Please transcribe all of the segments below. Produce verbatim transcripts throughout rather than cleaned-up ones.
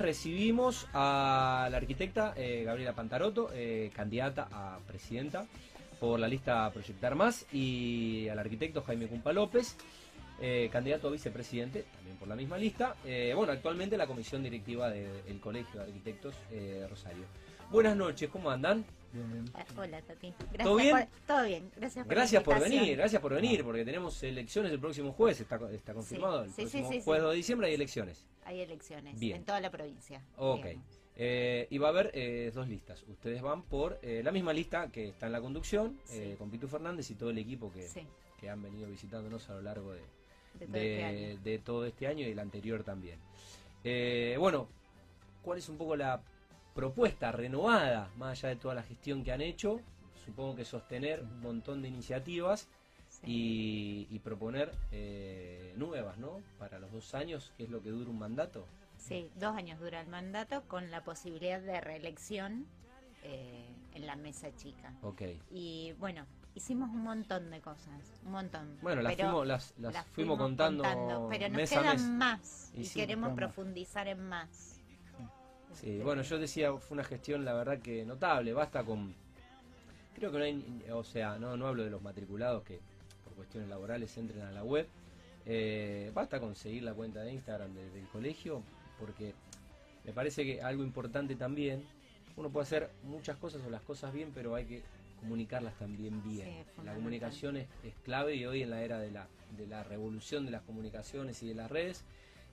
recibimos a la arquitecta eh, Gabriela Pantarotto, eh, candidata a presidenta por la lista Proyectar Más, y al arquitecto Jaime Cumpa López, eh, candidato a vicepresidente, también por la misma lista. Eh, bueno, actualmente la comisión directiva del Colegio de Arquitectos eh, Rosario. Buenas noches, ¿cómo andan? Bien. Hola, Tati. Gracias. ¿Todo bien? Por, todo bien, gracias por Gracias la por invitación. venir, gracias por venir, porque tenemos elecciones el próximo jueves, está, está confirmado, Sí, el sí, próximo sí, sí, jueves sí. dos de diciembre hay elecciones. Hay elecciones Bien. en toda la provincia. Ok. digamos. Eh, y va a haber eh, dos listas. Ustedes van por eh, la misma lista que está en la conducción, Sí. eh, con Pitu Fernández y todo el equipo que, Sí, que han venido visitándonos a lo largo de, de todo de- este año. de todo este año y el anterior también. Eh, bueno, ¿cuál es un poco la propuesta renovada, más allá de toda la gestión que han hecho? Supongo que sostener un montón de iniciativas Sí. y, y proponer eh, nuevas, ¿no? Para los dos años, que es lo que dura un mandato. Sí, dos años dura el mandato con la posibilidad de reelección eh, en la mesa chica. Ok. Y bueno, hicimos un montón de cosas, un montón. Bueno, las pero fuimos, las, las las fuimos contando, pero nos mes a quedan mes. más Y y, sí, queremos vamos. profundizar en más. Sí, Este, bueno, yo decía, fue una gestión, la verdad, que notable. Basta con... Creo que no hay... O sea, no, no hablo de los matriculados que por cuestiones laborales entren a la web. Eh, basta con seguir la cuenta de Instagram de- del colegio, porque me parece que algo importante también, uno puede hacer muchas cosas o las cosas bien, pero hay que comunicarlas también Sí, bien. es La fundamental. comunicación es, es clave, y hoy en la era de la, de la revolución de las comunicaciones y de las redes,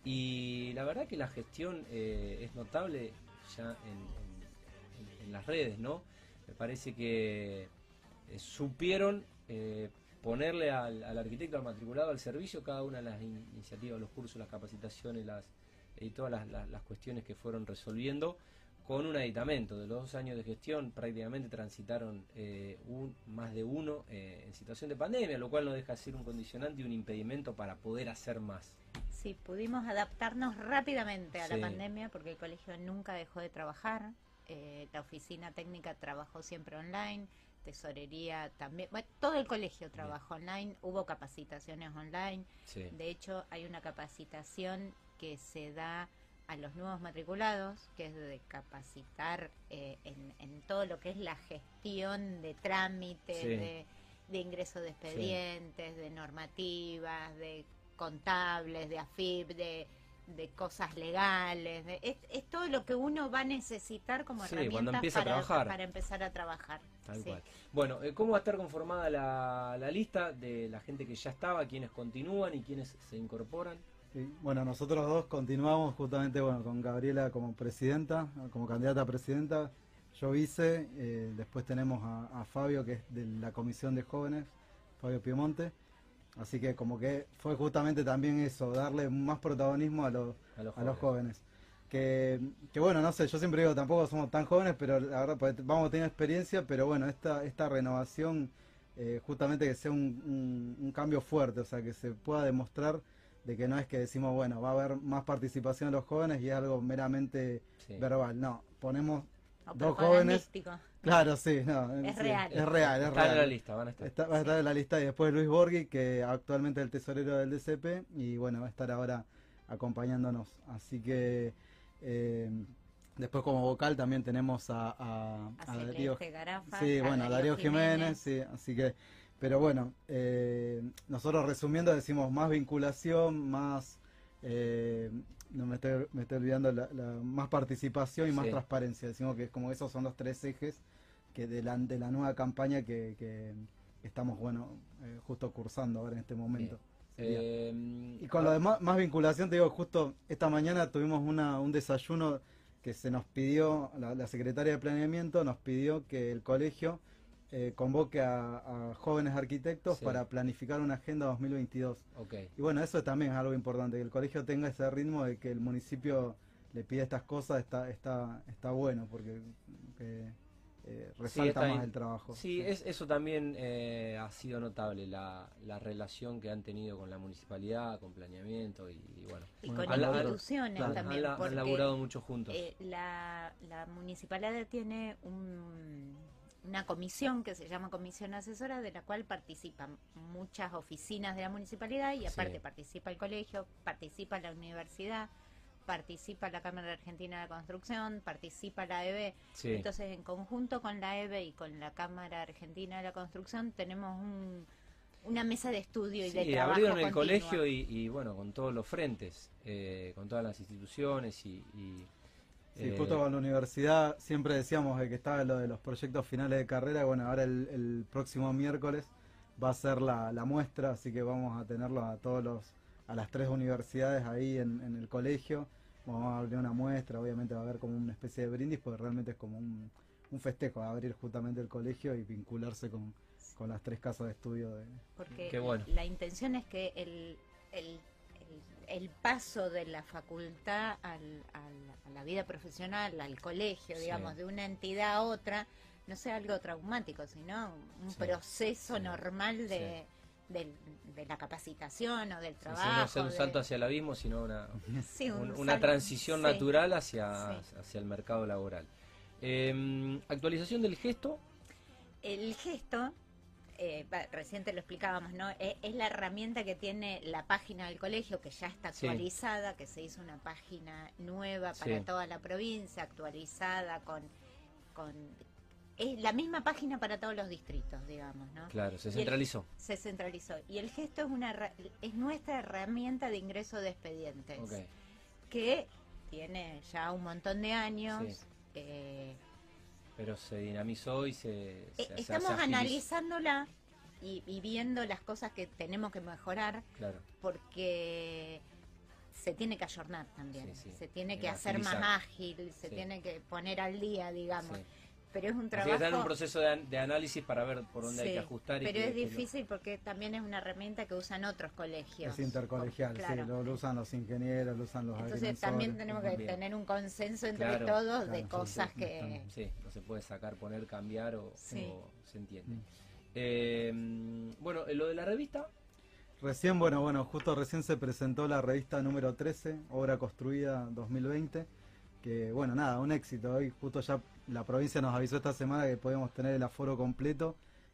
y la verdad que la gestión eh, es notable ya en, en- en- en las redes, ¿no? Me parece que eh, supieron eh, ponerle al, al arquitecto, al matriculado, al servicio cada una de las in- iniciativas, los cursos, las capacitaciones, las y todas las, las- las cuestiones que fueron resolviendo con un aditamento. De los dos años de gestión prácticamente transitaron eh, un, más de uno eh, en situación de pandemia, lo cual no deja de ser un condicionante y un impedimento para poder hacer más. Sí, pudimos adaptarnos rápidamente a Sí. la pandemia porque el colegio nunca dejó de trabajar. Eh, la oficina técnica trabajó siempre online, tesorería también. Bueno, todo el colegio trabajó online, hubo capacitaciones online. Sí. De hecho, hay una capacitación que se da a los nuevos matriculados, que es de capacitar eh, en, en todo lo que es la gestión de trámites, Sí. de, de ingreso de expedientes, de normativas, de contables, de A F I P, de, de cosas legales. de- es, es todo lo que uno va a necesitar como Sí, cuando herramientas empieza a para, trabajar. para empezar a trabajar. Tal Sí. cual. Bueno, eh, ¿cómo va a estar conformada la, la lista de la gente que ya estaba, quienes continúan y quienes se incorporan? Sí, bueno, nosotros dos continuamos justamente bueno con Gabriela como presidenta, como candidata a presidenta, yo vice, eh, después tenemos a, a Fabio, que es de la comisión de jóvenes, Fabio Piemonte, así que como que fue justamente también eso, darle más protagonismo a los, A los a los jóvenes. jóvenes. Que, que bueno, no sé, yo siempre digo, tampoco somos tan jóvenes, pero la verdad pues, vamos a tener experiencia, pero bueno, esta, esta renovación, eh, justamente que sea un, un, un cambio fuerte, o sea, que se pueda demostrar de que no es que decimos, bueno, va a haber más participación de los jóvenes y es algo meramente Sí. verbal, no, ponemos O dos jóvenes, propagandístico. claro, sí, no, Es sí, real. es real, es Están en real. la lista, van a estar. Está- va a estar en la lista, y después Luis Borghi, que actualmente es el tesorero del D C P, y bueno, va a estar ahora acompañándonos. Así que eh, después como vocal también tenemos a, a, A a Darío, Celeste Garafa, sí, a bueno, a Darío Darío Jiménez, Jiménez. sí, así que, pero bueno, eh, nosotros resumiendo decimos más vinculación, más, eh, no me estoy, me estoy olvidando, la, la- más participación y más Sí. transparencia. Decimos que como esos son los tres ejes que de la, de la nueva campaña que, que estamos, bueno, eh, justo cursando ahora en este momento. Sería. Eh, Y con lo de más, más vinculación, te digo, justo esta mañana tuvimos una, un desayuno que se nos pidió, la, la secretaria de planeamiento nos pidió que el colegio eh, convoque a, a jóvenes arquitectos Sí. para planificar una agenda dos mil veintidós. Ok. Y bueno, eso también es algo importante, que el colegio tenga ese ritmo de que el municipio le pide estas cosas, está está está bueno, porque eh, eh, Sí, resalta está más bien. el trabajo. Sí, es, eso también eh, ha sido notable, la, la relación que han tenido con la municipalidad, con planeamiento y, y bueno. Y Bueno, con han- han- instituciones claro, también. han, han porque, laburado mucho juntos. eh, la, la municipalidad tiene un, una comisión que se llama Comisión Asesora, de la cual participan muchas oficinas de la municipalidad y aparte Sí. participa el colegio, participa la universidad, participa la Cámara Argentina de la Construcción, participa la E B. Sí. Entonces, en conjunto con la E B y con la Cámara Argentina de la Construcción, tenemos un, una mesa de estudio y Sí, de trabajo abrieron el continua. colegio y, y bueno, con todos los frentes, eh, con todas las instituciones y... y Sí, eh, justo con la universidad siempre decíamos de que estaba lo de los proyectos finales de carrera. Bueno, ahora el, el próximo miércoles va a ser la, la muestra, así que vamos a tenerlos a todos los, a las tres universidades ahí en, en el colegio. Vamos a abrir una muestra, obviamente va a haber como una especie de brindis, porque realmente es como un, un festejo, abrir justamente el colegio y vincularse con, con las tres casas de estudio. De, Porque Qué bueno. la intención es que el, el, el, el paso de la facultad al, al- a la vida profesional, al colegio, Sí. digamos, de una entidad a otra, no sea algo traumático, sino un Sí, proceso sí, normal de, del- de la capacitación o del sí, trabajo. no hacer un de- salto hacia el abismo, sino una, Sí, un un- una sal- transición sí. natural hacia, Sí. hacia el mercado laboral. Eh, actualización del gesto. El gesto, eh, va, recién te lo explicábamos, ¿no? Es, es la herramienta que tiene la página del colegio, que ya está Sí. actualizada, que se hizo una página nueva para Sí. toda la provincia, actualizada con, con... Es la misma página para todos los distritos, digamos, ¿no? Claro, se Y el- centralizó. Se centralizó. Y el gesto es, una, herra- es nuestra herramienta de ingreso de expedientes, Ok. que tiene ya un montón de años. Sí. eh, Pero se dinamizó y se, se- Eh, se- Estamos se agilizó. analizándola y, y viendo las cosas que tenemos que mejorar, Claro. porque se tiene que ayornar también, Sí, sí. se tiene Y que hacer más agilizar. ágil, se Sí. tiene que poner al día, digamos. Sí. Pero es un Así que trabajo... está en un proceso de, an- de análisis para ver por dónde hay Sí, que ajustar. y pero que- es que lo- difícil porque también es una herramienta que usan otros colegios. es intercolegial, Claro. sí, lo, lo usan los ingenieros, lo usan los Entonces agrimensores. también tenemos que Bien. tener un consenso entre Claro, todos de claro, sí, cosas sí, que... estamos. Sí, no se puede sacar, poner, cambiar o, Sí. o se entiende. Mm. Eh, bueno, eh, lo de la revista. Recién, bueno, bueno, justo recién se presentó la revista número trece, Obra Construida dos mil veinte, que bueno, nada, un éxito. Hoy justo ya la provincia nos avisó esta semana que podíamos tener el aforo completo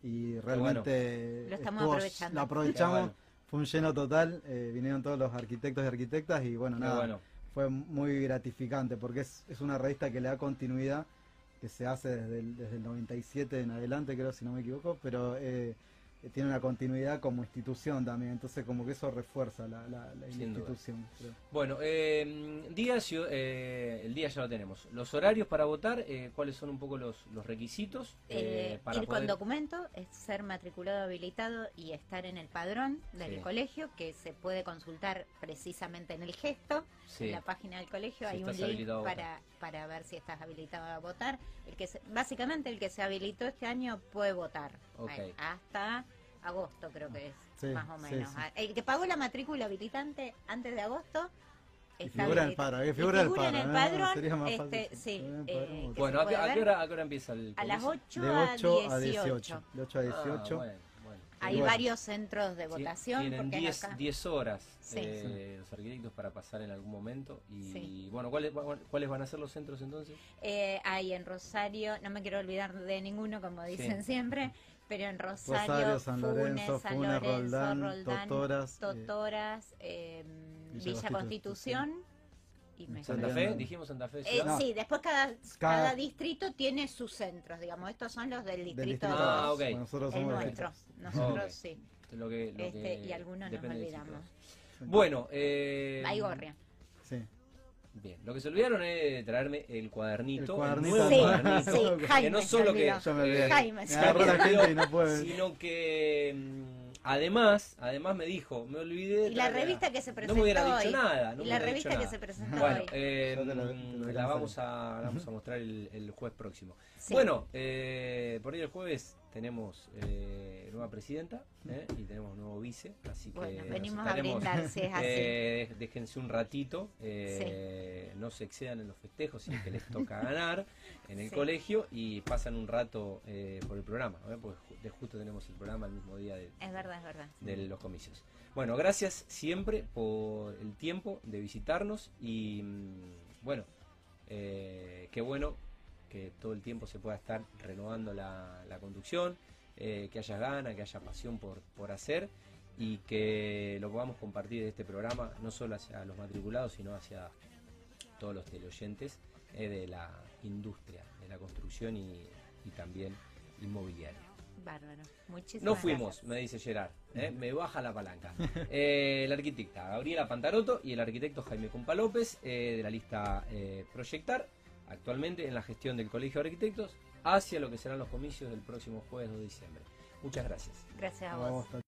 y realmente Lo estamos estuvo- aprovechando. la aprovechamos, Qué bueno. fue un lleno total, eh, vinieron todos los arquitectos y arquitectas y bueno, Qué nada, bueno. fue muy gratificante porque es, es una revista que le da continuidad, que se hace desde el, desde el noventa y siete en adelante, creo, si no me equivoco, pero eh, eh, tiene una continuidad como institución también, entonces como que eso refuerza la, la, la Sin duda. institución. creo. Bueno, eh, día, ciu- eh, el día ya lo tenemos. Los horarios para votar, eh, ¿cuáles son un poco los, los requisitos? Eh, eh, para ir con poder- documento, es ser matriculado habilitado y estar en el padrón del Sí. colegio, que se puede consultar precisamente en el gesto, Sí. en la página del colegio. Si Hay un estás link habilitado a votar. para, para ver si estás habilitado a votar. El que se- básicamente el que se habilitó este año puede votar. Ok. Ay, hasta agosto creo que es, Sí, más o sí, menos. sí. Ah, El que pagó la matrícula habilitante antes de agosto Y está figura en el habilitado. padrón, que Y figura en el figura en padrón, el ¿no? padrón, Sería más este, fácil. sí, Figura en el eh, padrón. que Bueno, se ¿a qué, puede a qué ver hora, a qué hora empieza el a las colegio? ocho De a ocho a dieciocho. dieciocho. De ocho a dieciocho. Ah, bueno, bueno. Hay Bueno. varios centros de votación. Tienen porque diez acá- diez horas Sí. eh, los arquitectos para pasar en algún momento. Y Sí. bueno, ¿cuáles, ¿cuáles van a ser los centros entonces? Eh, hay en Rosario, no me quiero olvidar de ninguno, como dicen Sí. siempre, pero en Rosario, Rosario, San Funes, Lorenzo, San Funes, Lorenzo, Roldán, Roldán, Totoras, eh, Totoras, eh, Villa Villa Constitución. Constitución y me San ¿Santa San Fe? Leandro. Dijimos Santa Fe. Eh, ciudad. No. Sí, después cada, Cada- cada distrito tiene sus centros, digamos, estos son los del distrito, distrito Ah, dos, ok. Bueno, nosotros el somos los nuestro, que- nosotros Ok. sí, Lo que, lo este, que y algunos nos depende del olvidamos. sitio. Bueno, eh, Baigorria. Sí. bien. Lo que se olvidaron es traerme el cuadernito. El cuadernito. nuevo Sí, cuadernito. sí, Que Jaime no se solo que, olvidó. Yo me olvidé. eh, Jaime Me se agarró la olvidó. gente y no puede. sino que mm, además, además me dijo, me olvidé. Y la traer- revista que se No presentó me hubiera dicho hoy. nada. No y me la hubiera revista dicho que nada. se presentó Bueno, hoy. eh, Yo te lo- te lo mm, voy a la hacer. vamos a, la vamos a mostrar el, el jueves próximo. Sí. Bueno, eh, por ahí el jueves tenemos eh, nueva presidenta eh, y tenemos nuevo vice, así que Bueno, nos venimos a estaremos, brindar, si es así. eh, déjense un ratito, eh, no se excedan en los festejos y que les toca ganar en el Sí. colegio y pasan un rato eh, por el programa, ¿eh? Porque ju- de justo tenemos el programa el mismo día de, Es verdad, es verdad. de los comicios. Bueno, gracias siempre por el tiempo de visitarnos y mm, bueno, eh, qué bueno que todo el tiempo se pueda estar renovando la, la conducción, eh, que haya ganas, que haya pasión por, por hacer y que lo podamos compartir de este programa no solo hacia los matriculados, sino hacia todos los teleoyentes eh, de la industria, de la construcción y, y también inmobiliaria. Bárbaro. Muchísimas No fuimos, gracias. me dice Gerard, ¿eh? Me baja la palanca. Eh, la arquitecta Gabriela Pantaroto y el arquitecto Jaime Cumpa López, eh, de la lista eh, Proyectar, actualmente en la gestión del Colegio de Arquitectos, hacia lo que serán los comicios del próximo jueves dos de diciembre. Muchas gracias. Gracias a Vamos vos.